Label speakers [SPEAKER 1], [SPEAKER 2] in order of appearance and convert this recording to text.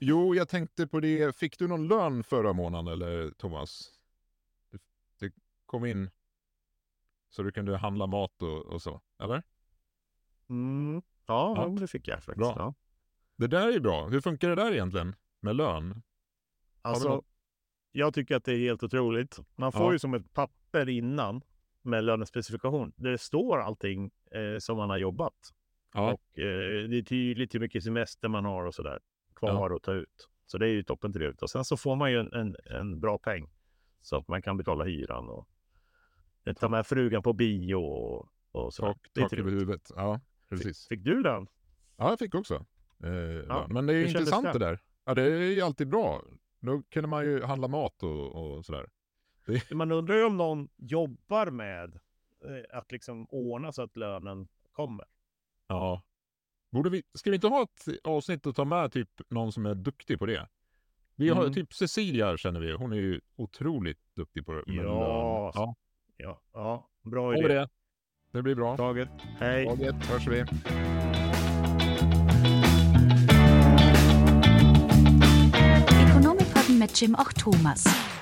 [SPEAKER 1] Jo, jag tänkte på det. Fick du någon lön förra månaden eller Thomas? Det kom in så du kunde handla mat och så, eller?
[SPEAKER 2] Ja, det fick jag faktiskt.
[SPEAKER 1] Bra.
[SPEAKER 2] Ja.
[SPEAKER 1] Det där är bra. Hur funkar det där egentligen med lön?
[SPEAKER 2] Alltså, jag tycker att det är helt otroligt. Man får ju som ett papper innan med lönespecifikation. Där det står allting som man har jobbat.
[SPEAKER 1] Ja.
[SPEAKER 2] Och det är tydligt hur mycket semester man har och sådär kvar att ta ut. Så det är ju toppen trevligt. Och sen så får man ju en bra peng. Så att man kan betala hyran och ta med frugan på bio och så.
[SPEAKER 1] Tak över huvudet. Ja, precis.
[SPEAKER 2] Fick du den?
[SPEAKER 1] Ja, jag fick också. Men det är ju intressant det där. Ja, det är ju alltid bra. Då kunde man ju handla mat och sådär.
[SPEAKER 2] Man undrar ju om någon jobbar med att liksom ordna så att lönen kommer.
[SPEAKER 1] Ja. Ska vi inte ha ett avsnitt och ta med typ någon som är duktig på det? Vi har typ Cecilia, känner vi. Hon är ju otroligt duktig på det.
[SPEAKER 2] Ja, bra idé.
[SPEAKER 1] Det blir bra.
[SPEAKER 2] Taget. Hej.
[SPEAKER 1] Taget, hörs vi.
[SPEAKER 3] Ekonomipodden med Jim och Thomas.